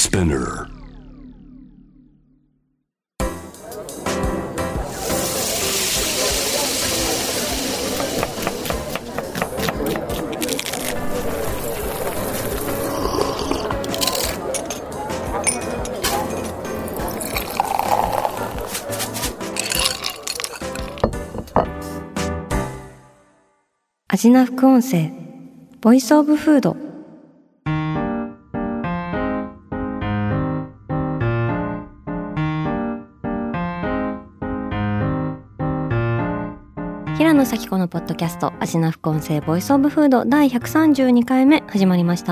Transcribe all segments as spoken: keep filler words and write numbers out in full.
Spinner アジナ副音声ボイスオブフード。平野咲子のポッドキャストアジナ副音声ボイスオブフードだいひゃくさんじゅうにかいめ始まりました。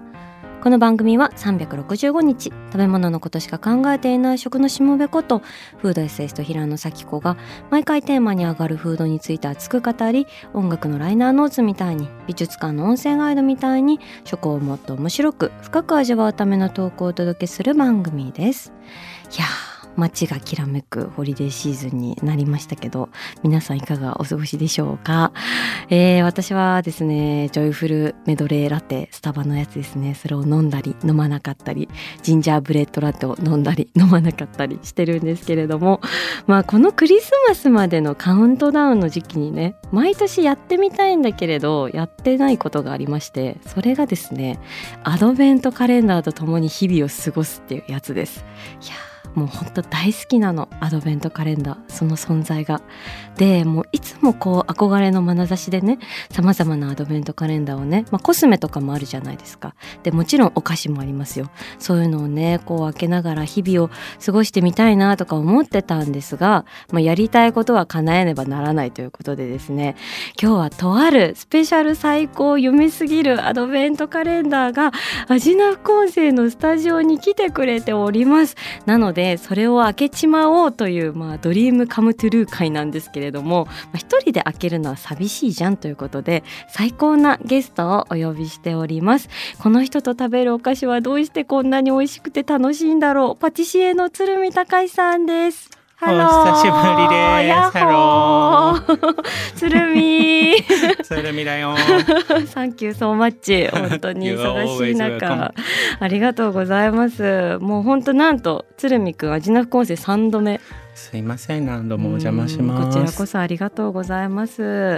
この番組はさんびゃくろくじゅうごにち食べ物のことしか考えていない食のしもべことフードエッセイスト平野咲子が毎回テーマに上がるフードについて熱く語り、音楽のライナーノーツみたいに美術館の音声ガイドみたいに食をもっと面白く深く味わうためのトークをお届けする番組です。いやー、街がきらめくホリデーシーズンになりましたけど、皆さんいかがお過ごしでしょうか。えー、私はですね、ジョイフルメドレーラテ、スタバのやつですね、それを飲んだり飲まなかったり、ジンジャーブレッドラテを飲んだり飲まなかったりしてるんですけれども、まあこのクリスマスまでのカウントダウンの時期にね、毎年やってみたいんだけれどやってないことがありまして、それがですね、アドベントカレンダーとともに日々を過ごすっていうやつです。いやもう本当大好きなの、アドベントカレンダー、その存在が。でもういつもこう憧れの眼差しでね、さまざまなアドベントカレンダーをね、まあ、コスメとかもあるじゃないですか。でもちろんお菓子もありますよ。そういうのをねこう開けながら日々を過ごしてみたいなとか思ってたんですが、まあ、やりたいことは叶えねばならないということでですね、今日はとあるスペシャル最高夢すぎるアドベントカレンダーがアジナ副音声のスタジオに来てくれております。なのでそれを開けちまおうという、まあ、ドリームカムトゥルー会なんですけれども、まあ、一人で開けるのは寂しいじゃんということで最高なゲストをお呼びしております。この人と食べるお菓子はどうしてこんなに美味しくて楽しいんだろう。パティシエの鶴見隆さんです。ハロー、 お久しぶりです。 ヤッホー鶴見鶴見だよサンキューソーマッチ。本当に忙しい中ありがとうございます。もう本当なんと鶴見くんアジナ副音声さんどめ。 すいません、何度もお邪魔します。 こちらこそありがとうございます。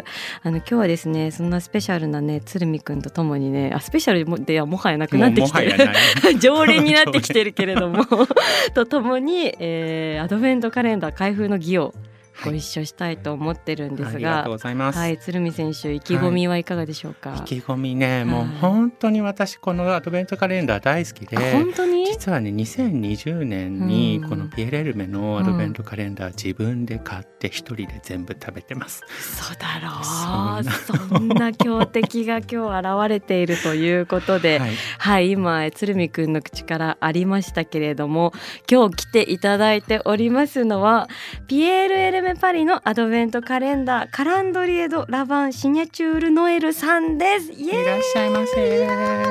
あの今日はですね、そんなスペシャルなね鶴見くんとともにね、あスペシャルではもはやなくなってきてる常連になってきてるけれどもとともに、えー、アドベントカレンダー開封の儀をご一緒したいと思ってるんですが、はい、ありがとうございます。 はい、鶴見選手意気込みはいかがでしょうか。 はい、意気込みね、もう本当に私このアドベントカレンダー大好きで、 本当に実はねにせんにじゅうねんにこのピエール・エルメのアドベントカレンダー自分で買って一人で全部食べてます。 そうだろう、そんな強敵が今日現れているということで、はい、はい、今鶴見くんの口からありましたけれども、今日来ていただいておりますのはピエール・エルメパリのアドベントカレンダーカランドリエド・ラバン・シニャチュール・ノエルさんです。イエーイ、 いらっしゃいませ。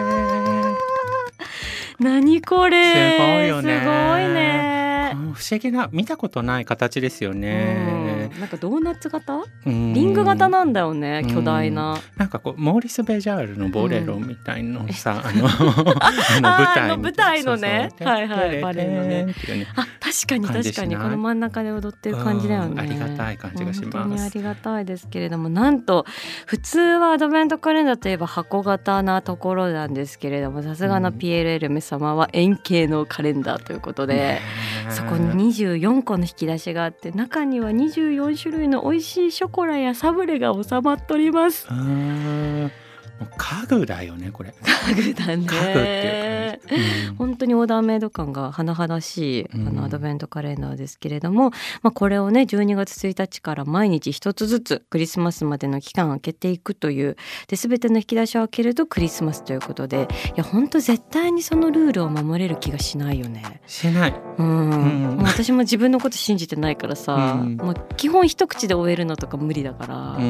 何これ、 すごいよね。 すごいね。 不思議な見たことない形ですよね。 うん、なんかドーナツ型、リング型なんだよね、巨大な。 なんかこうモーリス・ベジャールのボレロみたいのさ、うん、あのあの舞台のね、はいはいバレエのね、あ確かに確かにこの真ん中で踊ってる感じだよね。 ありがたい感じがします。 本当にありがたいですけれども、なんと普通はアドベントカレンダーといえば箱型なところなんですけれども、さすがのピエール・エルメ様は円形のカレンダーということで、そこににじゅうよんこの引き出しがあって、中にはにじゅうよんしゅるいの美味しいショコラやサブレが収まっております。 あー家具だよねこれ。 家具だね。 家具っていう感じ、うん、 本当にオーダーメイド感が甚だしいあのアドベントカレンダーですけれども、まあ、これをねじゅうにがつついたちから毎日一つずつクリスマスまでの期間開けていくというで、全ての引き出しを開けるとクリスマスということで、いや本当絶対にそのルールを守れる気がしないよね。 しない、 うん、 うん、 もう私も自分のこと信じてないからさ、うん、もう基本一口で終えるのとか無理だから、 うんうん、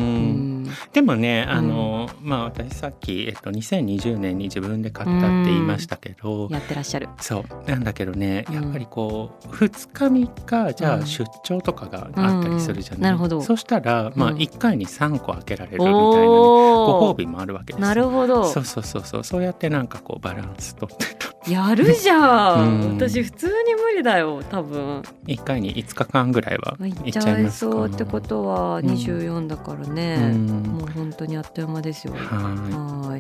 でもねあの、うん、まあ私さっき、えっと、にせんにじゅうねんに自分で買ったって言いましたけど、 やってらっしゃる。 そうなんだけどね、やっぱりこうふつかみっかじゃあ出張とかがあったりするじゃない、うんうん、なるほど。そしたら、まあ、いっかいにさんこ開けられるみたいな、ね、ご褒美もあるわけです。 なるほど。 そうそうそうそう、そうやってなんかこうバランスとってとやるじゃん、うん、私普通に無理だよ多分。 いっかいにいつかかんぐらいはいっちゃいますか。 そうってことはにじゅうよんだからね、うん、もう本当にあっという間ですよ。はい。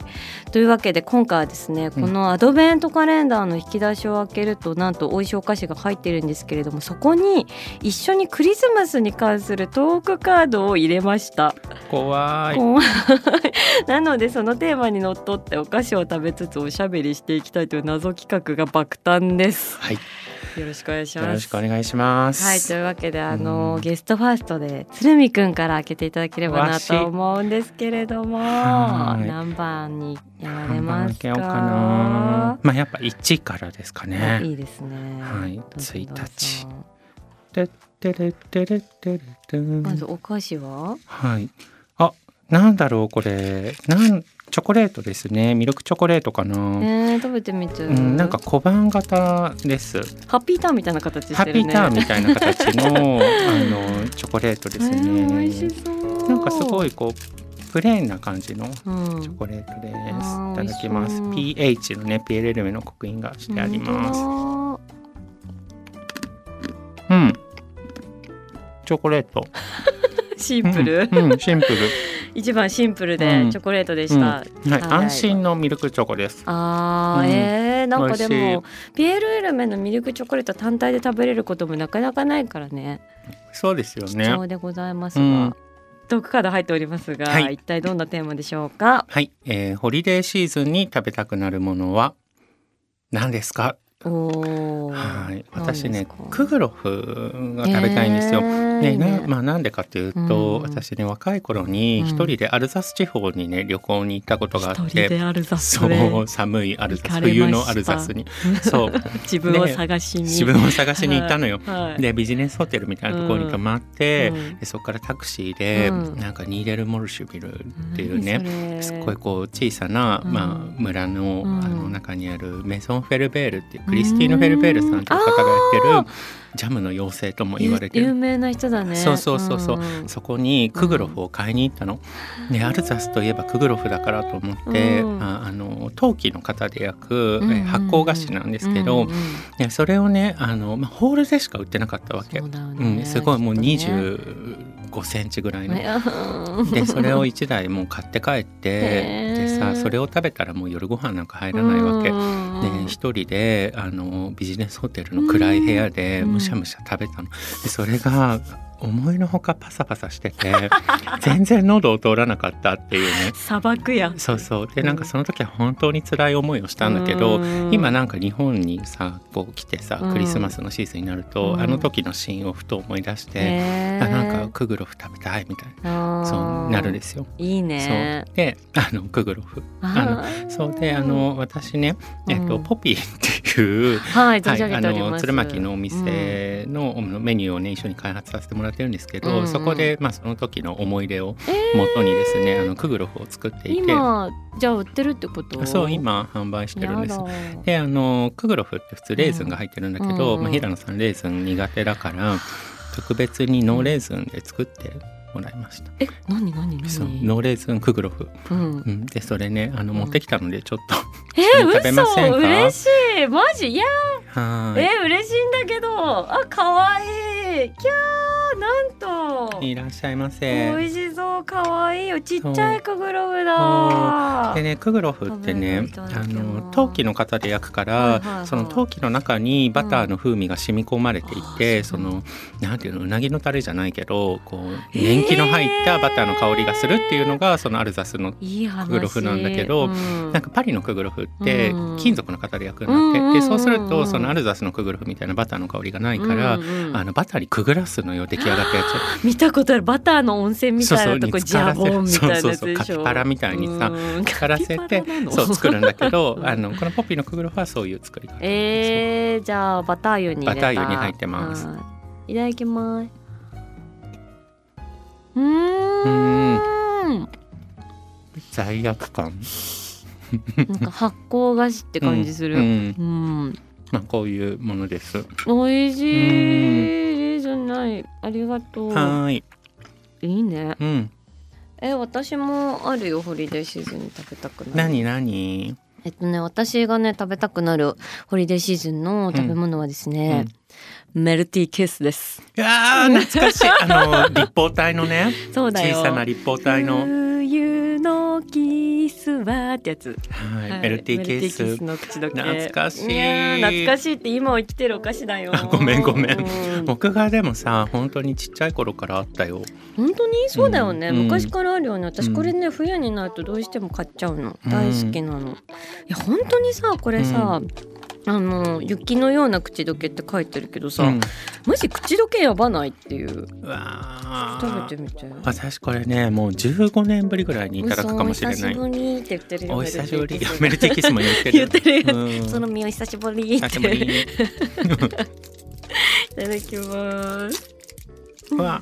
というわけで今回はですね、このアドベントカレンダーの引き出しを開けるとなんと美味しいお菓子が入ってるんですけれども、そこに一緒にクリスマスに関するトークカードを入れました。 怖い怖いなのでそのテーマにのっとってお菓子を食べつつおしゃべりしていきたいという謎企画が爆誕です。 はい、 よろしくお願いします。 よろしくお願いします。 はい、というわけであの、うん、ゲストファーストで鶴見くんから開けていただければなと思うんですけれども、何番にやられますか？ 何番開けようかな。まあやっぱいちからですかね。 いいですね。 はい、ついたち。てってれってれってれってまずお菓子は？ はい。あ、なんだろうこれ。なんチョコレートですね。ミルクチョコレートかな。 えー、食べてみて、 うん、なんか小判型です。 ハッピーターンみたいな形してるね。 ハッピーターンみたいな形のあのチョコレートですね、えー、美味しそう。 なんかすごいこうプレーンな感じのチョコレートです、うん、いただきます。 ピーエイチ のねピエールエルメの刻印がしてあります。うん、チョコレートシンプル、 うんうん、シンプル一番シンプルでチョコレートでした、 うんうん、はい、安心のミルクチョコです。 あー、うん、えー、なんかでもピエールエルメのミルクチョコレート単体で食べれることもなかなかないからね。 そうですよね。 貴重でございますが、うん、トークカード入っておりますが、はい、一体どんなテーマでしょうか？ はい、えー、ホリデーシーズンに食べたくなるものは何ですか？ おはい、私ねクグロフが食べたいんですよ。えー、でな、まあ、なんでかというと、うん、私ね若い頃に一人でアルザス地方にね旅行に行ったことがあって、一人でアルザスそう寒いアルザス冬のアルザスにそう自分を探しに自分を探しに行ったのよ、はい、でビジネスホテルみたいなところに泊まって、うん、でそこからタクシーで、うん、なんかニーデルモルシュビルっていうね、うん、すごいこう小さな、まあ、村の、うん、あの中にあるメゾンフェルベールっていうクリスティーヌ・フェルベールさんという方がやってるジャムの妖精とも言われてる有名な人だね。 そうそうそうそう、うん、そこにクグロフを買いに行ったの、うん、でアルザスといえばクグロフだからと思って、うん、ああの陶器の型で焼く、うん、発酵菓子なんですけど、うんうん、それをねあの、まあ、ホールでしか売ってなかったわけ。そうだよね、うん、すごいもうにじゅうごセンチぐらいのでそれをいちだいもう買って帰ってでさそれを食べたらもう夜ご飯なんか入らないわけで一人であのビジネスホテルの暗い部屋でむしゃむしゃ食べたの。でそれが思いのほかパサパサしてて全然喉を通らなかったっていうね。 砂漠や。 そうそうでなんかその時は本当に辛い思いをしたんだけど、うん、今なんか日本にさこう来てさクリスマスのシーズンになると、うん、あの時のシーンをふと思い出して、あなんかクグロフ食べたいみたいなそうなるんですよ。 いいね。 そうであのクグロフあのそうであの私ね、えっとうん、ポピーっていう、 はいはい、あの鶴巻のお店の、うん、メニューをね一緒に開発させてもらってるんですけど、うんうん、そこで、まあ、その時の思い出を元にですね、えー、あのクグロフを作っていて今じゃあ売ってるってこと？ そう今販売してるんです。であのクグロフって普通レーズンが入ってるんだけど、うんまあ、平野さんレーズン苦手だから特別にノーレーズンで作ってもらいました。 え何何何そうノーレーズンクグロフ、うんうん、でそれねあの持ってきたのでちょっと、 うん、 食べませんか？ えー、嬉しいマジいやーえー、嬉しいんだけどあ可愛いキャーなんといらっしゃいませ。 美味しそう可愛いよちっちゃいクグロフだ。 でねクグロフってねあの陶器の型で焼くから、はいはいはい、その陶器の中にバターの風味が染み込まれていて、うん、そのなんていうのうなぎのタレじゃないけどこう年季の入ったバターの香りがするっていうのがそのアルザスのクグロフなんだけど、うん、なんかパリのクグロフって金属の型で焼くんだって、うん、でそうするとそのアルザスのクグロフみたいなバターの香りがないから、うんうん、あのバターにくぐらすのよ出来上がったやつ。 見たことあるバターの温泉みたいなとこジャボンみたいなやつでしょ。そうそうそうカピバラみたいにさ浸らせてそう作るんだけどあのこのポピーのクグロフはそういう作り方。 えー、じゃあバター油に入れたバター油に入ってます。 いただきます。うーん罪悪感なんか発酵菓子って感じする、うんうんうんまあ、こういうものです。 美味しいじゃない。ありがとう。 はいいいね、 うん、 え私もあるよホリデーシーズンに食べたくなる。 何何ええっとね私がね食べたくなるホリデーシーズンの食べ物はですね、うんうん、メルティーキスです。 いやー懐かしいあの立方体のねそうだよ小さな立方体の冬のキスはってやつ、 はいはい、メルティーキス、 メルティーキスの口どけ懐かしい。 いや懐かしいって今を生きてるお菓子だよ。 ごめんごめん僕がでもさ本当にちっちゃい頃からあったよ。 本当にそうだよね、 うん、 昔からあるよね。私これね、うん、冬になるとどうしても買っちゃうの、大好きなの、うん、いや本当にさこれさ、うん、あの雪のような口どけって書いてるけどさ、うん、マジ口どけやばないっていう。うわ食べてみて。 私これねもうじゅうごねんぶりぐらいにいただくかもしれない。 お久しぶりって言ってるよ。 お久しぶりメルティーキスも言ってる言ってる、うん、その身を久しぶりって久しぶりいただきます。 うわ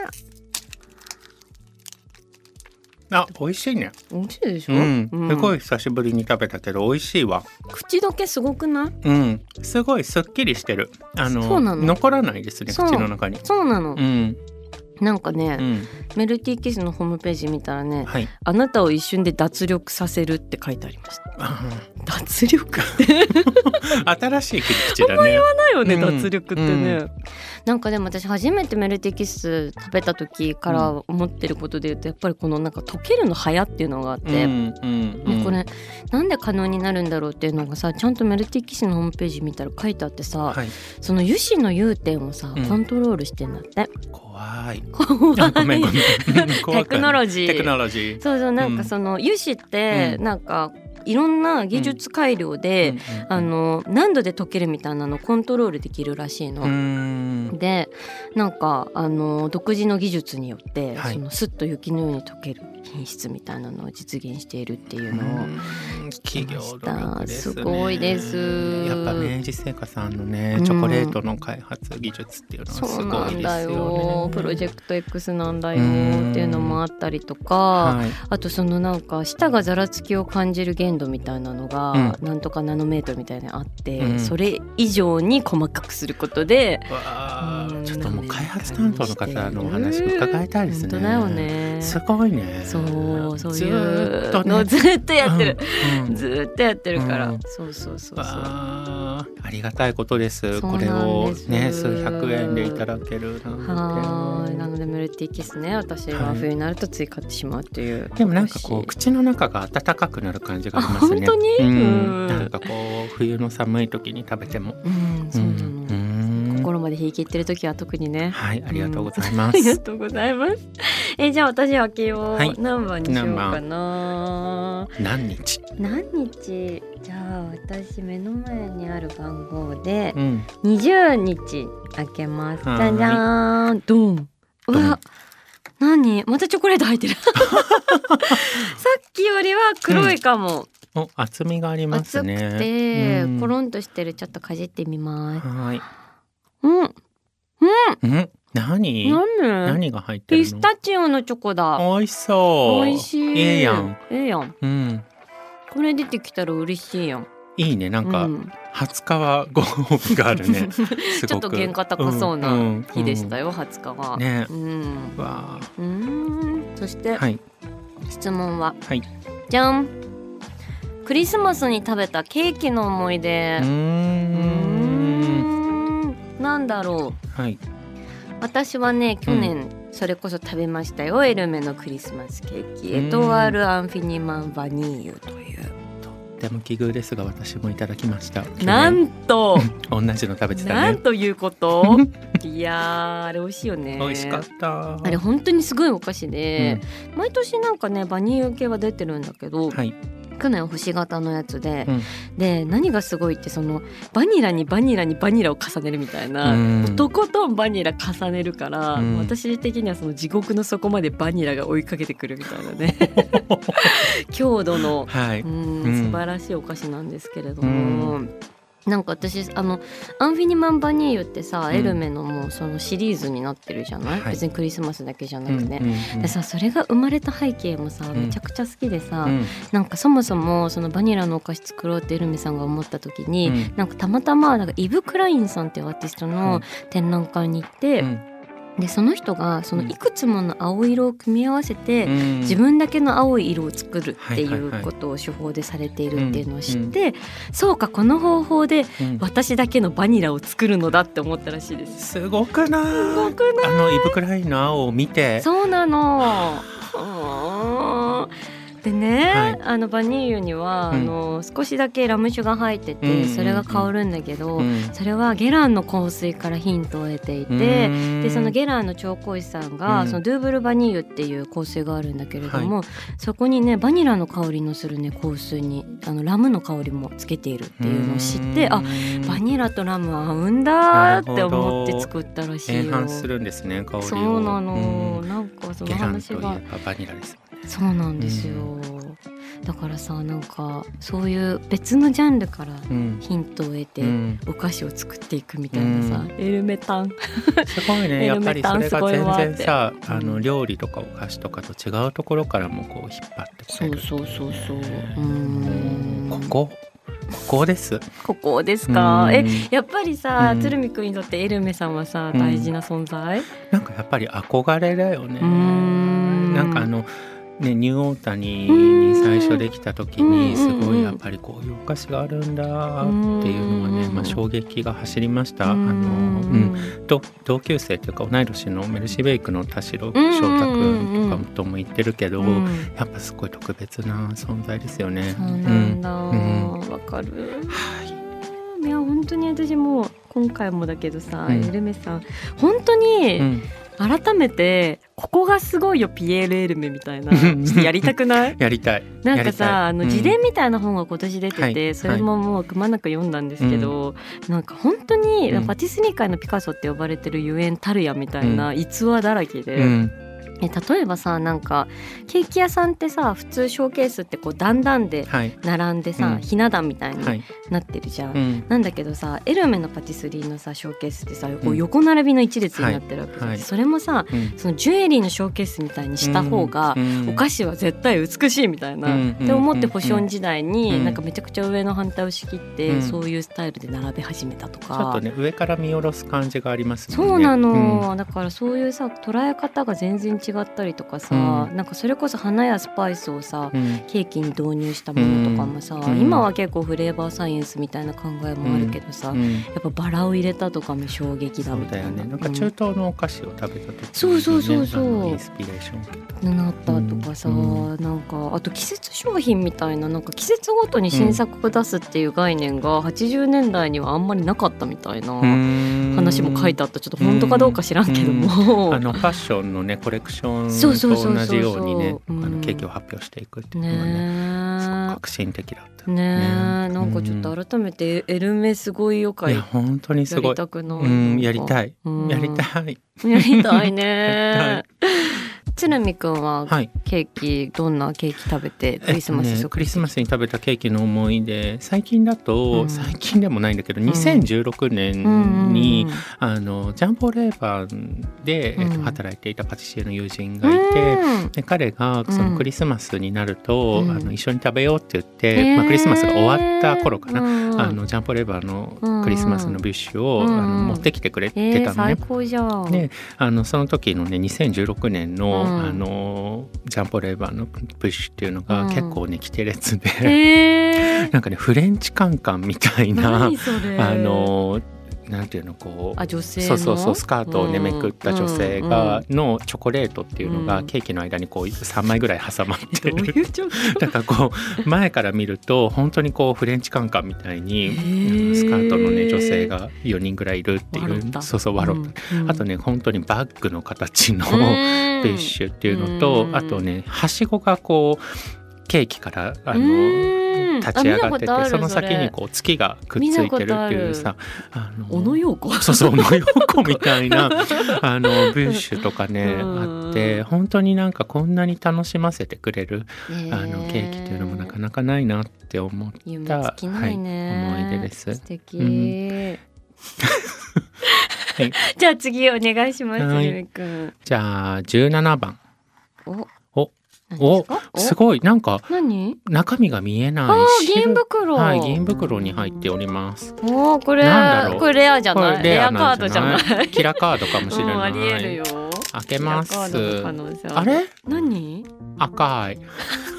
あ、美味しいね。 美味しいでしょ、 うんうん、すごい久しぶりに食べたけど美味しいわ。 口どけすごくない？ うん、すごいすっきりしてる。あのそうなの残らないですね口の中に。 そうなの、 うん、 なんかね、うん、メルティーキスのホームページ見たらね、はい、あなたを一瞬で脱力させるって書いてありました。脱力って新しい切り口だね。 あんま言わないよね、うん、脱力ってね、 うん、 なんかでも私初めてメルティーキス食べた時から思ってることで言うとやっぱりこのなんか溶けるの早っていうのがあって、うんうんうん、これなんで可能になるんだろうっていうのがさちゃんとメルティーキスのホームページ見たら書いてあってさ、はい、その油脂の融点をさ、うん、コントロールしてんだって。 怖い怖いごめんごめんテクノロジーテクノロジーそうそうなんかその油脂ってなんかいろんな技術改良で、うん、あの何度で溶けるみたいなのをコントロールできるらしいの。うんでなんかあの独自の技術によって、はい、そのスッと雪のように溶ける品質みたいなのを実現しているっていうのを聞きました。 企業努力ですね。 すごいです。 やっぱ明治製菓さんのねチョコレートの開発技術っていうのはすごいですよね。そうなんだよプロジェクト X なんだよっていうのもあったりとか、はい、あとそのなんか舌がざらつきを感じる限度みたいなのが、うん、なんとかナノメートルみたいなのあって、うん、それ以上に細かくすることで、 うん、ちょっともう開発担当の方のお話伺いたいですね。 本当だよね。 すごいね。 そうそういうのずっとやってる、うん、ずっとやってるから、うん、そうそうそうそうあ, ありがたいことです。これをね数百円でいただけるなんて。 はいなのでメルティーキスね私は冬になるとつい買ってしまうっていう、はい、 でもなんかこう口の中が温かくなる感じがありますね。 本当に、 うん、なんかこう冬の寒い時に食べても、 うん、そうなの、うん、心まで冷え切ってる時は特にね。 はいありがとうございます、 うん、ありがとうございます。えじゃあ私開けよう、はい、何番にしようかな。 何日何日じゃあ私目の前にある番号でにじゅうにち開けます、うん、じゃじゃーんドン。うわ何またチョコレート入ってるさっきよりは黒いかも、 うん、お厚みがありますね。 厚くて、うん、コロンとしてる。ちょっとかじってみます。 はいうんうん、 うん、何何が入ってるの？ ピスタチオのチョコだ。 美味しそう。 美味しい。 ええやん。 ええやん。 うん。 これ出てきたら嬉しいやん。 いいねなんか、うん、はつかはご褒美があるねすごくちょっと原価高そうな日でしたよ、うんうん、はつかはね、 うん、 わうん。そして、はい、質問は、 はい、 じゃんクリスマスに食べたケーキの思い出。うーんなんだろう、はい、 私はね去年、うんそれこそ食べましたよエルメのクリスマスケーキエトワール・アンフィニマン・バニーユという。 とっても奇遇ですが私もいただきました。 なんと同じの食べてたね。 なんということいやあれ美味しいよね。 美味しかった。 あれ本当にすごいお菓子で、うん、毎年なんかねバニーユ系は出てるんだけど、はい去年星型のやつで、うん、で何がすごいってそのバニラにバニラにバニラを重ねるみたいな、うん、とことんバニラ重ねるから、うん、私的にはその地獄の底までバニラが追いかけてくるみたいなね強度の、はいうんうん、素晴らしいお菓子なんですけれども、うんなんか私あのアンフィニマン・バニーユってさ、うん、エルメのもうそのシリーズになってるじゃない、はい、別にクリスマスだけじゃなくて、うんうんうん、でさそれが生まれた背景もさ、うん、めちゃくちゃ好きでさ、うん、なんかそもそもそのバニラのお菓子作ろうってエルメさんが思った時に、うん、なんかたまたまなんかイブ・クラインさんっていうアーティストの展覧会に行って、うんでその人がそのいくつもの青色を組み合わせて、 うん、 自分だけの青い色を作るっていうことを手法でされているっていうのを知って、うんうん、そうかこの方法で私だけのバニラを作るのだって思ったらしいです。 すごくない？ すごくない？ あのイヴ・クラインの青を見て。 そうなの。でね、はい、あのバニーユには、うん、あの少しだけラム酒が入ってて、うんうんうん、それが香るんだけど、うん、それはゲランの香水からヒントを得ていて、でそのゲランの調香師さんが、うん、そのドゥーブルバニーユっていう香水があるんだけれども、はい、そこにねバニラの香りのするね香水にあのラムの香りもつけているっていうのを知って、あバニラとラムは合うんだって思って作ったらしいよ。 エンハンスするんですね香りを。 そうなの、うん、なんかその話がゲランといえばバニラです。 そうなんですよ、うん、だからさなんかそういう別のジャンルからヒントを得てお菓子を作っていくみたいなさ、うん、エルメタンすごいねやっぱりそれが全然さあの料理とかお菓子とかと違うところからもこう引っ張ってこれる。 そうそうそうそう、うーんここここですここですか。えやっぱりさ、うん、鶴見くんにとってエルメさんはさ大事な存在、うん、 なんかやっぱり憧れだよね。うーんなんかあのね、ニューオータニに最初できた時にすごいやっぱりこういうお菓子があるんだっていうのはね、まあ、衝撃が走りました。あの、うん、同級生というか同い年のメルシーベイクの田代翔太君とかとも言ってるけど、やっぱすごい特別な存在ですよね。 そうなんだ、わ、うんうん、かる、はい、いや本当に私も今回もだけどさ、うん、エルメさん本当に、うん改めてここがすごいよピエール・エルメみたいなちょっとやりたくない？ やりたい。 なんかさあの自伝みたいな本が今年出てて、うん、それももうくまなく読んだんですけど、はい、なんか本当に、うん、パティスリー界のピカソって呼ばれてるゆえんたるやみたいな逸話だらけで、うんえ例えばさなんかケーキ屋さんってさ普通ショーケースってこう段々で並んでさ、はいうん、ひな壇みたいになってるじゃん、はい、なんだけどさエルメのパティスリーのさショーケースってさこう横並びの一列になってるわけじゃん、はい、それもさ、うん、そのジュエリーのショーケースみたいにした方が、うん、お菓子は絶対美しいみたいな、うん、って思ってポション時代に、うん、なんかめちゃくちゃ上の反対を仕切って、うん、そういうスタイルで並べ始めたとかちょっとね上から見下ろす感じがありますもんね。 そうなの、うん、だからそういうさ捉え方が全然違ったりとかさ、うん、なんかそれこそ花やスパイスをさ、うん、ケーキに導入したものとかもさ、うん、今は結構フレーバーサイエンスみたいな考えもあるけどさ、うん、やっぱバラを入れたとかも衝撃だみたいな。そうだよね。 なんか中東のお菓子を食べた時に、ね、 そうそうそうそうインスピレーションなったとかさ、うん、なんかあと季節商品みたいななんか季節ごとに新作を出すっていう概念がはちじゅうねんだいにはあんまりなかったみたいな話も書いてあった。ちょっと本当かどうか知らんけども、 あのファッションのねコレクションと同じようにねあのケーキを発表していくっていうのはね、ねすごく革新的だったね。ねなんかちょっと改めてエルメすごいよかい、 いや本当にすごいやりたくない、 うん、やりたい、うん、やりたいやりたいね鶴見くんはケーキ、はい、どんなケーキ食べてクリスマス、 えっとね、クリスマスに食べたケーキの思い出最近だと、うん、最近でもないんだけどにせんじゅうろくねんに、うん、あのジャンポレーバーで、えっと、働いていたパティシエの友人がいて、うん、で彼がそのクリスマスになると、うん、あの一緒に食べようって言って、まあ、クリスマスが終わった頃かな、うん、あのジャンポレーバーのクリスマスのビュッシュを、うん、あの持ってきてくれてたのね、 えー、最高じゃん。 であのその時のねにせんじゅうろくねんの、うんあのジャンポレーバーのプッシュっていうのが結構ね規定列で、うんえー、なんかねフレンチカンカンみたいなあのなんていうのこうあ女性のそうそうそうスカートをねめくった女性がのチョコレートっていうのがケーキの間にこうさんまいぐらい挟まってる、 どういう状況？ だからこう前から見ると本当にこうフレンチカンカンみたいにスカートのね女性がよにんぐらいいるっていうそうそう笑った、うんうん、あとね本当にバッグの形のビッシュっていうのとあとねはしごがこうケーキからあの立ち上がっててその先にこう月がくっついてるっていうさあの小野陽子そうそう小野陽子みたいなあのブッシュとかねあって本当になんかこんなに楽しませてくれるあのケーキっていうのもなかなかないなって思った、 夢尽きないね、 はい、思い出です。 素敵、 うんはい、じゃあ次お願いします、 はい、 ゆめくん。 じゃあじゅうななばんおおおすごいなんか何中身が見えないあ銀袋、 はい、銀袋に入っております。 おこれなんだろう、これレアじゃない、レアカードじゃない、 キラカードかもしれない、 うん、ありえるよ。 開けます。 あれ何赤い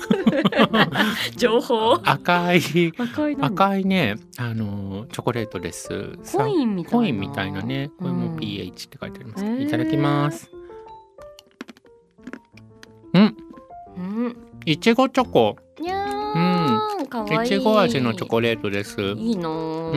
情報赤い赤い赤いねあのチョコレートです。 コインみたいなコインみたいなね、これも ピーエイチ って書いてあります、うん、いただきます。うん、うん、いちごチョコ、 いやー、うん、かわいい。 いちご味のチョコレートです。 いいなー、うん、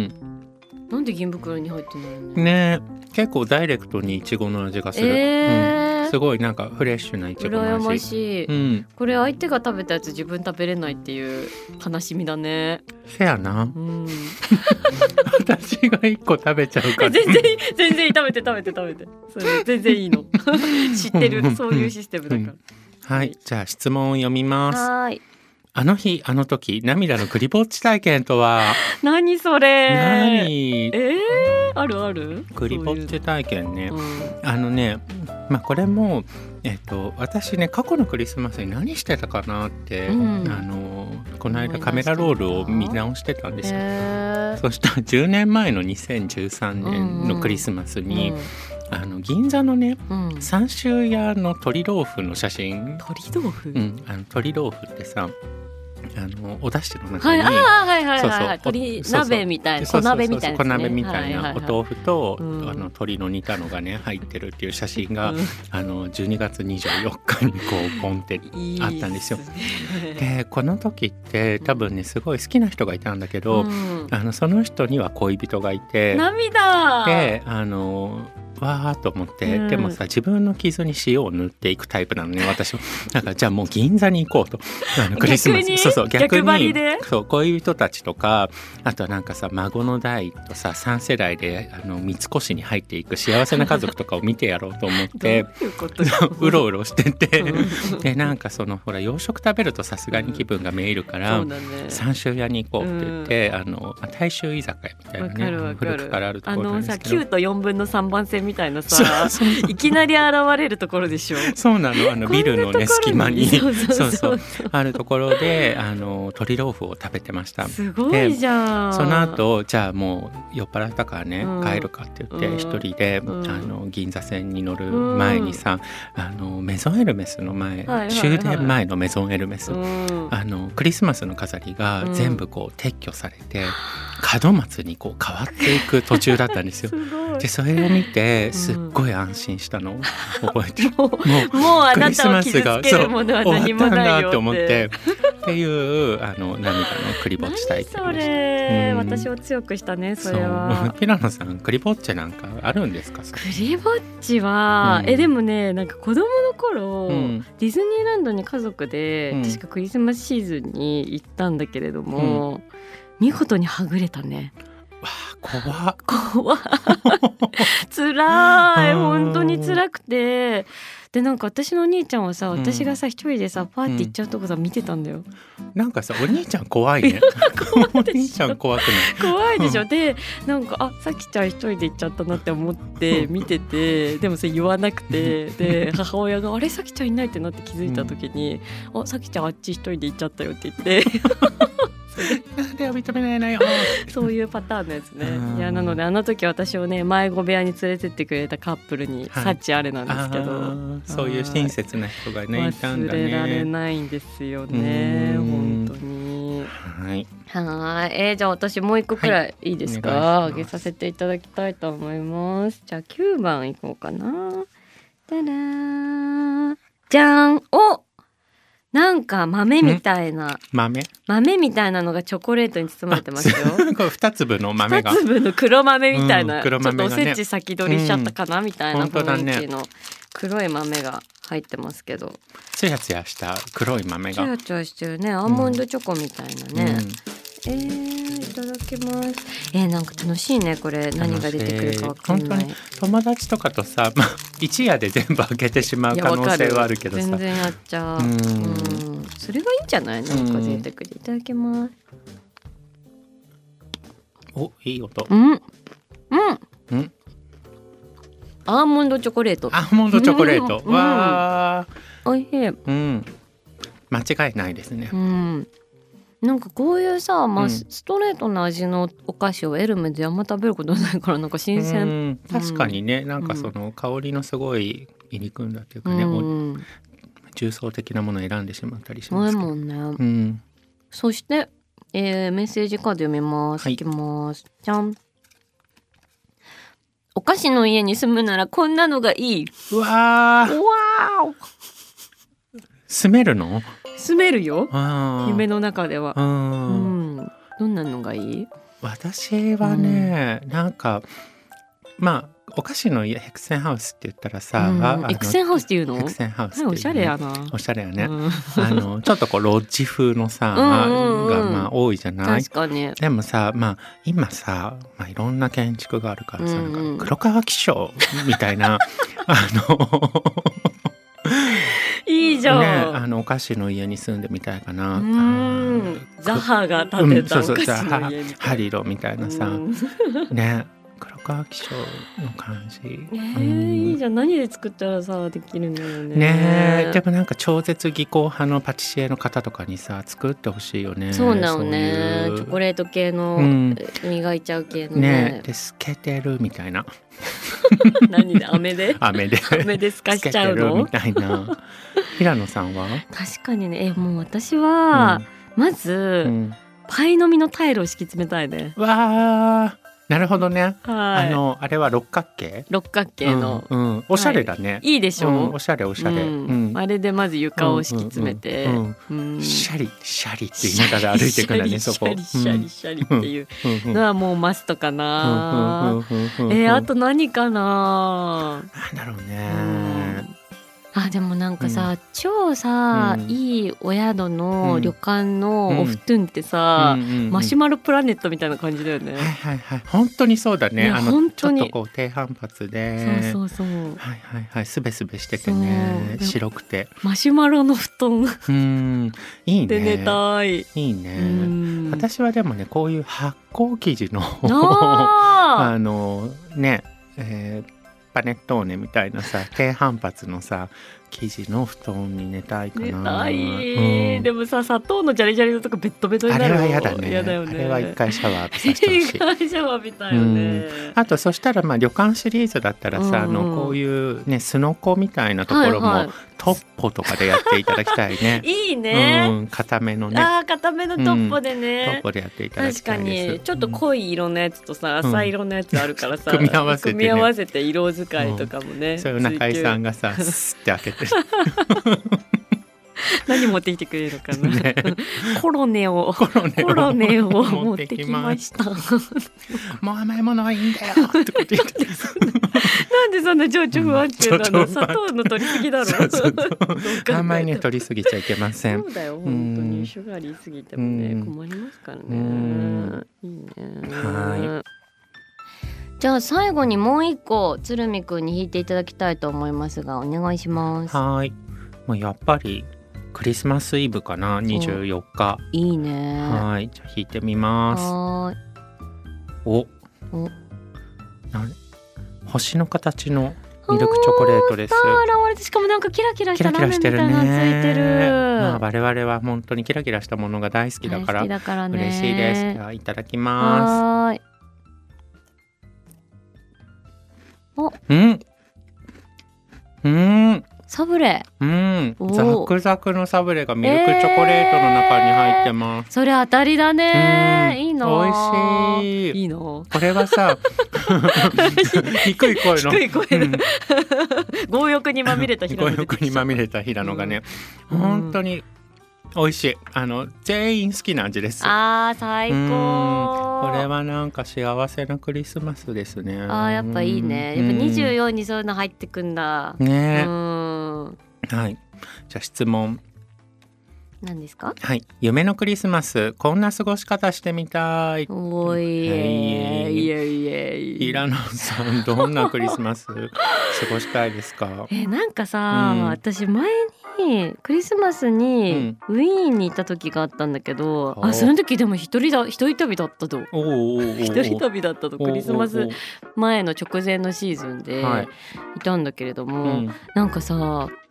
なんで銀袋に入ってんのよね。 ね、結構ダイレクトにいちごの味がする、えーうん、すごいなんかフレッシュないちごの味。 羨ましい、うん、これ相手が食べたやつ自分食べれないっていう悲しみだね。 せやな、うん、私がいっこ食べちゃうから全然全然食べて食べて食べて、それ全然いいの知ってる、そういうシステムだから、うん、 はい、じゃあ質問を読みます。 はい、 あの日あの時涙のクリぼっち体験とは何それ。 何、 えー、あるあるクリぼっち体験ね、うん、あのね、まあ、これも、えっと、私ね過去のクリスマスに何してたかなって、うん、あのこの間カメラロールを見直してたんですよ。そしたらじゅうねんまえのにせんじゅうさんねんのクリスマスに、うんうん、あの銀座のね、うん、三州屋の鶏豆腐の写真。 鶏豆腐、 うん、あの鶏豆腐ってさあのお出汁の中に、 はい、 あはいはいはいはい、鶏鍋みたいな、小鍋みたいな、 小鍋みたいなお豆腐と、うん、あの鶏の煮たのがね入ってるっていう写真が、うん、あのじゅうにがつにじゅうよっかにこうポンってあったんですよ。いいですね。でこの時って多分ねすごい好きな人がいたんだけど、うん、あのその人には恋人がいて、 涙であのわーと思って、うん、でもさ自分の傷に塩を塗っていくタイプなのね私は。だからじゃあもう銀座に行こうと、あのクリスマスそうそう逆に逆張りでそう恋人たちとか、あとはなんかさ孫の代とささん世代であの三越に入っていく幸せな家族とかを見てやろうと思ってどういうことうろうろしててでなんかそのほら洋食食べるとさすがに気分がめいるから、うんね、三州屋に行こうって言って、うん、あの大衆居酒屋みたいなね古くからあるところなんですけど、 あのさきゅうとよんぶんのさんばん線みたいなさいきなり現れるところでしょ。 そうなの、あのビルのね隙間にそうそうそうあるところであの鶏豆腐を食べてました。 すごいじゃん。 その後じゃあもう酔っ払ったからね、うん、帰るかって言って一、うん、人で、うん、あの銀座線に乗る前にさ、うん、あのメゾンエルメスの前、はいはいはい、終電前のメゾンエルメス、うん、あのクリスマスの飾りが全部こう撤去されて、うん、門松にこう変わっていく途中だったんですよ。すごい。でそれを見てすっごい安心したのを覚えてる、うん、もうもうあなたを傷つけるものは何もないよってって思ってっていうあの涙のクリぼっち体験でした。 何それ、うん、私を強くしたねそれは。 ピラノさんクリぼっちなんかあるんですか？ クリぼっちは、うん、えでもねなんか子供の頃、うん、ディズニーランドに家族で、うん、確かクリスマスシーズンに行ったんだけれども、うん、見事にはぐれたね。 わあ怖怖辛い本当に辛くて、でなんか私のお兄ちゃんはさ、私がさ一人でさパーティー行っちゃうとこさ見てたんだよ、 うん、なんかさお兄ちゃん怖いねお兄ちゃん怖くない怖いでしょ。でなんかあさきちゃん一人で行っちゃったなって思って見ててでもそれ言わなくてで母親があれさきちゃんいないってなって気づいた時に、うん、あさきちゃんあっち一人で行っちゃったよって言ってなんで認められないよそういうパターンのやつね。いやなのであの時私をね迷子部屋に連れてってくれたカップルに幸あれなんですけど、はい、 そういう親切な人がねいたんだね。 忘れられないんですよね本当に。 はいはい、えー、じゃあ私もう一個くらいいいですか、はい、あげさせていただきたいと思います。じゃあきゅうばんいこうかな。たらーじゃん。おなんか豆みたいな豆豆みたいなのがチョコレートに包まれてますよこれ二粒の豆が二粒の黒豆みたいな、うん、 黒豆がね、 ちょっとおせち先取りしちゃったかな、うん、みたいな雰囲気の黒い豆が入ってますけど、 ツヤツヤした黒い豆がツヤツヤしてるね。アーモンドチョコみたいなね、うん、えー、いただきます。えー、なんか楽しいねこれ。何が出てくるかわかんない。 本当に友達とかとさ、まあ、一夜で全部開けてしまう可能性はあるけどさ全然やっちゃう。うん、それがいいんじゃない？なんか贅沢でいただきます。 おいい音。 うんうんうんアーモンドチョコレート。 アーモンドチョコレート、うん、わーおいしい。 うん、間違いないですね。 うん、なんかこういうさ、まあ、 うんストレートな味のお菓子をエルメであんま食べることないからなんか新鮮。 うん確かにね、なんかその香りのすごい入り組んだっていうかね、 うん、 重層的なものを選んでしまったりしそうますけど。 もんね、 うん、 そして、えーメッセージカード読みます、 はいいきます。じゃん。お菓子の家に住むならこんなのがいい。 うわー、 わーお、 住めるの？ 住めるよ、 あー夢の中では。 ううんん、どんなのがいい？ 私はね、なんかまあお菓子の家ヘクセンハウスって言ったらさ、 うんあのエクセンハウスっていうの？ ヘクセンハウスっていうね、 はい、おしゃれやな。 おしゃれやね、 うんあのちょっとこうロッジ風のさうんうんうんがまあ多いじゃない。 確かに。 でもさ、まあ今さ、まあ、いろんな建築があるからさ、 うんうんなんか黒川紀章みたいなあのいいじゃん、 ね、あのお菓子の家に住んでみたいかな。 うーんザハが建てたお菓子の家みたいな、 ハリロみたいなさ、 うんね、黒川紀章の感じ。 えーうんいいじゃん。何で作ったらさできるんだろうね。 ねえ、でもなんか超絶技巧派のパティシエの方とかにさ作ってほしいよね。 そうなのね。 そういうチョコレート系の、 うん磨いちゃう系のね。 ねえ、で透けてるみたいな何で飴で飴で飴で透かしちゃうの透けてるみ？たいな。平野さんは？ 確かにね。えもう私は、まず、 うんうんパイの実のタイルを敷き詰めたいね。 わー、なるほどね。 はい。 あのあれは六角形？ 六角形の、 うんうん、おしゃれだね。 いいでしょ、 うんおしゃれおしゃれ。 うんうんあれでまず床を敷き詰めて、 うんうんうんシャリシャリって言いながら歩いていくんだね、そこ。 シャリシャリシャリっていううんうんのはもうマストかな。 うんうんうんうんうんえー、あと何かな。 なんだろううね。 んあでもなんかさ、超さ、 うんいいお宿のうん旅館のお布団ってさ、 うんうんうんマシュマロプラネットみたいな感じだよね。 はいはいはい、本当にそうだね。 ねあの本当にちょっとこう低反発で、 そうそうそう。 はいはいはい、すべすべしててね、 そう白くて、 マシュマロの布団うんいいで寝ね。 たい。 いいうね。 ん私はでもね、こういう発酵生地のああのね、えーパネットーネみたいなさ低反発のさ生地の布団に寝たいかな。 寝たい、 うんでもさ砂糖のジャリジャリのとこベッドベトにあれなるのは嫌だね。 嫌だよね。 あれは一回シャワー浴びさせてほしい。 一回シャワー浴びたいよね。 あとそしたらまあ旅館シリーズだったらさ、 うんうんあのこういうねすのこみたいなところも、 はいはいトッポとかでやっていただきたいね。 いいね、 うん、固めのねあー固めのトッポでトッね、 ポでやっていただき確かたいです。 にちょっと濃い色のやつとさ、 うん浅い色のやつあるからさ、 組み合わせてね組み合わせて色使いとかもね、 うん、そういう中井さんががさスッて開けて何持ってきてくれるかな、 ねコロネをコロネをコロネを持持ってってききましました。 もう甘いものはいいんだよってこと言ってなんでそんな情緒不安定なの？ 情緒不安定砂糖の取りすぎだろ。 そうそうどう考えても甘いね取りすぎちゃいけませんそ。うだよ、本当にシュガーリーすぎてもね、 うん困りますからね。 うんいいね。 はじゃあ最後にもう一個鶴見くんに弾いていただきたいと思いますが、お願いします。 はい。もうやっぱりクリスマスイブかな、にじゅうよっか。 いいね。 はい、じゃあ弾いてみます。 はーい。 お、 おな星の形のミルクチョコレートです。 あー、現れて、しかもなんかキラキラしキラたラーメンみたいキラしてるなのついてね。 る。 まあ我々は本当にキラキラしたものが大好きだか大好らきだからね。 嬉しいです。じゃあいただきまはーい。 す。うん。うん。 サブレ。 うんお、ーザクザクのサブレがミルクチョコレートの中に入ってます。 それ当たりだね。 うんいいな。 美味しい。 いいな。 これはさ低い声の低い声のうん強欲にまみれた平強野出てきた欲にまみれた平野がね、 うん本当に美味しい。あの全員好きな味です。 あー最うん高。 これはなんか幸せなクリスマスですね。 あーやっぱいいね。やっぱにじゅうよんにそういうの入ってくんだ。 うんねう、ん。 はい。じゃあ質問。 何ですか？ はい。夢のクリスマス、こんな過ごし方してみたい。 おいえいえいえい。 平野さんどんなクリスマス過ごしたいですか？ えなんかさ、 うん私前にクリスマスにウィーンに行った時があったんだけど、 うんあその時でも一人だ一人旅だったと。 おーおーおーおー一人旅だったと。クリスマスおーおー前の直前のシーズンではいいたんだけれども、 うんなんかさ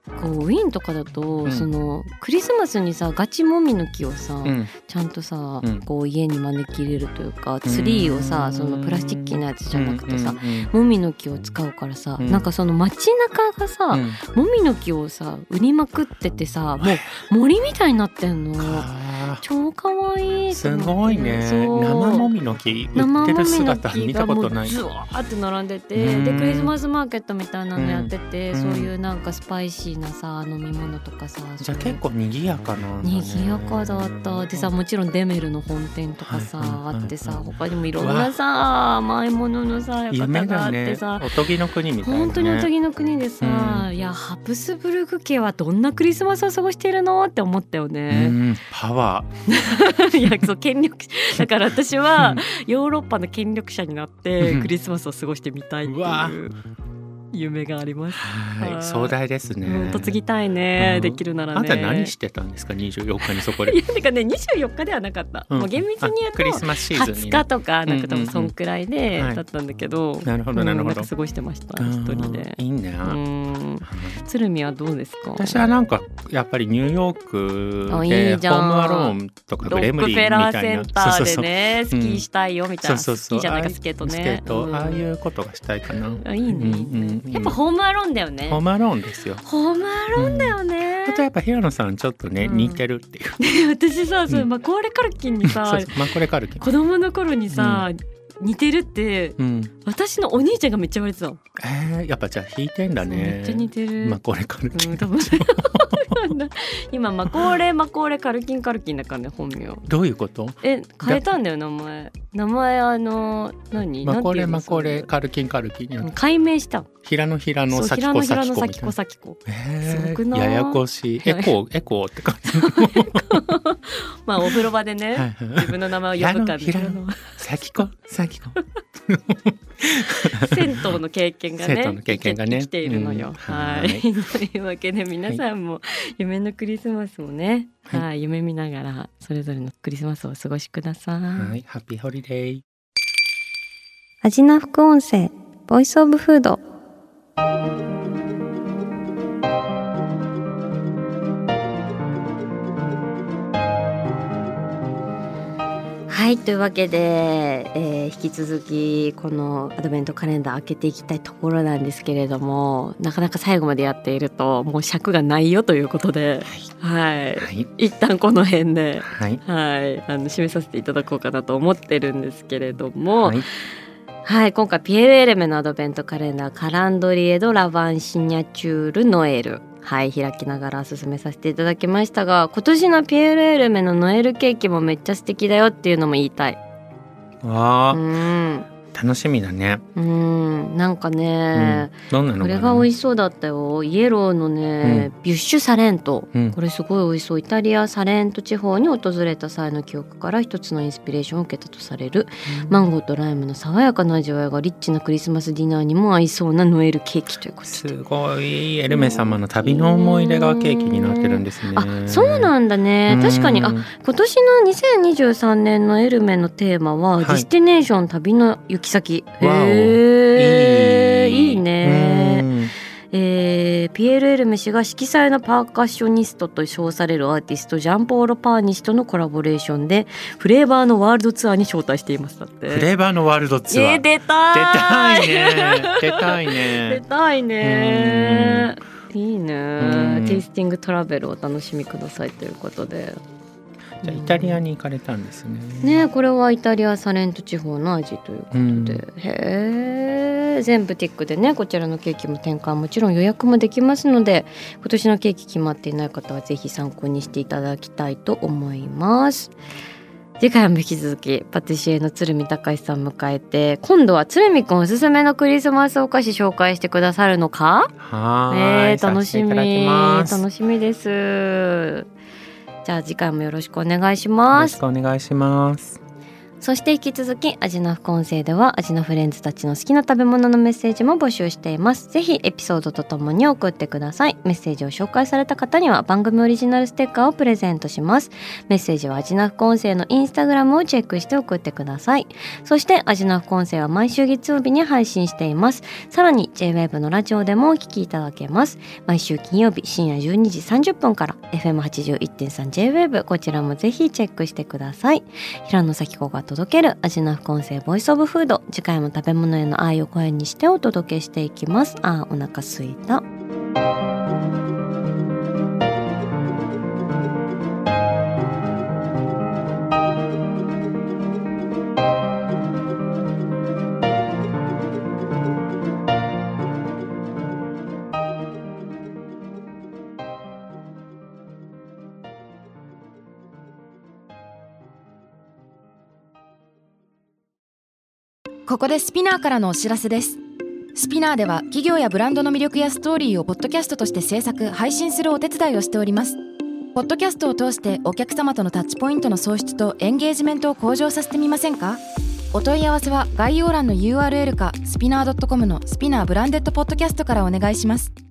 こうウィーンとかだと、 うん、 そのクリスマスにさガチもみの木をさ、うん、ちゃんとさ、うん、こう家に招き入れるというかツリーをさそのプラスチックのやつじゃなくてさ、うん、もみの木を使うからさ、うん、なんかその街中がさ、うん、もみの木をさ売りまくっててさもう森みたいになってんの超かわいい。 すごいね。生もみの木売ってる姿見たことない。 ずわーって並んでて、でクリスマスマーケットみたいなのやってて、うん、そういうなんかスパイシーなさ飲み物とかさ、 じゃあ結構賑やかなんだね。 賑やかだった。でさもちろんデメルの本店とかさ、はいはいはいはい、あってさ他にもいろんなさ甘いもののさや方があってさ、 ね、おとぎの国みたいな、ね、 本当におとぎの国でさ、うん、いやハプスブルク家はどんなクリスマスを過ごしているのって思ったよね。 うん、パワーいやそう権力だから私はヨーロッパの権力者になってクリスマスを過ごしてみたいっていう夢があります。 はい、壮大ですね。 うん、嫁ぎたいね、うん、できるならね。 あんた何してたんですかにじゅうよっかにそこで。 いやてかねにじゅうよっかではなかった、うん、もう厳密に言うとはつかとかなんか多分そんくらいでだったんだけど、 なるほどなるほど、 なんか過ごしてました一人で。 いいね。うん、 鶴見はどうですか？ 私はなんかやっぱりニューヨークでホームアローンとかグレムリンみたいなロックフェラーセンターでねスキーしたいよみたいな、スキーじゃないかスケートね、 スケート、うん、ああいうことがしたいかな。 あいいね、うんうん、やっぱホームアローンだよね。 ホームアローンですよ。 ホームアローンだよね、 うん、あとやっぱ平野さんちょっとね、うん、似てるっていう私さ、それマコーレカルキンにさそうそうマコーレカルキン子供の頃にさ、うん似てるって、うん、私のお兄ちゃんがめっちゃ言われてた。 えー、やっぱじゃあ弾いてんだね。 めっちゃ似てる。 マコーレカルキン、うん、 今マコーレマコーレカルキンカルキンだからね本名。 どういうこと？ え変えたんだよ名前。名前あの何？ マコーレマコーレカルキンカルキン改名した。 平野平野咲子咲子みたいな。 咲子。 えー、すごくない？ややこしい。エコーエコーって感じ。 まあお風呂場でね、はいはい、自分の名前を呼ぶから。 平野咲子咲子。 銭湯の経験がね、 銭湯の経験がね生きているのよ、うん、はい、というわけで皆さんも夢のクリスマスもね、はい、はい、夢見ながらそれぞれのクリスマスをお過ごしください。 はい、ハッピーホリデー。 味な副音声ボイスオブフード。はいというわけで、えー、引き続きこのアドベントカレンダー開けていきたいところなんですけれども、なかなか最後までやっているともう尺がないよということで、はい、はいはい、一旦この辺で、はいはい、あの締めさせていただこうかなと思ってるんですけれども、はいはい、今回ピエール・エルメのアドベントカレンダーカランドリエ・ド・ラヴァン・シニャチュール・ノエル、はい開きながら進めさせていただきましたが、今年のピエール・エルメのノエルケーキもめっちゃ素敵だよっていうのも言いたい。 わー、うん楽しみだね。 うんなんかね、 うん、どんなのこれが美味しそうだったよ。イエローのね、うん、ビュッシュサレント、うん、これすごい美味しそう。イタリアサレント地方に訪れた際の記憶から一つのインスピレーションを受けたとされる、うん、マンゴーとライムの爽やかな味わいがリッチなクリスマスディナーにも合いそうなノエルケーキということで、 すごいエルメ様の旅の思い出がケーキになってるんですね。 あそうなんだね、確かに。あ今年のにせんにじゅうさんねんのエルメのテーマは、はい、ディスティネーション旅の行き先。へーいい、いいね。えー、ピエール・エルメ氏が色彩のパーカッショニストと称されるアーティストジャンポーロ・パーニ氏とのコラボレーションでフレーバーのワールドツアーに招待しています。だってフレーバーのワールドツアー、 えー、出たい出たいね出たいね出たいねいいね。テイスティングトラベルをお楽しみくださいということで、 じゃあイタリアに行かれたんですね。 ねこれはイタリアサレント地方の味ということで、うん、へー全部ティックでねこちらのケーキも転換もちろん予約もできますので、今年のケーキ決まっていない方はぜひ参考にしていただきたいと思います。次回も引き続きパティシエの鶴見隆さんを迎えて、今度は鶴見くんおすすめのクリスマスお菓子紹介してくださるのか。 はい、 えー、楽しみ楽しみです。じゃあ次回もよろしくお願いします。 よろしくお願いします。 そして引き続きアジナ副音声ではアジナフレンズたちの好きな食べ物のメッセージも募集しています。ぜひエピソードとともに送ってください。メッセージを紹介された方には番組オリジナルステッカーをプレゼントします。メッセージはアジナ副音声のインスタグラムをチェックして送ってください。そしてアジナ副音声は毎週月曜日に配信しています。さらに ジェイウェーブ のラジオでもお聞きいただけます。毎週金曜日深夜じゅうにじさんじゅっぷんから エフエムはちじゅういってんさん ジェイウェーブ こちらもぜひチェックしてください。平野咲子が届けるアジナ副音声ボイスオブフード、次回も食べ物への愛を声にしてお届けしていきます。あーお腹すいた。 ここでスピナーからのお知らせです。スピナーでは企業やブランドの魅力やストーリーをポッドキャストとして制作・配信するお手伝いをしております。ポッドキャストを通してお客様とのタッチポイントの創出とエンゲージメントを向上させてみませんか？お問い合わせは概要欄の ユーアールエル かスピナー ドットコム のスピナーブランデッドポッドキャストからお願いします。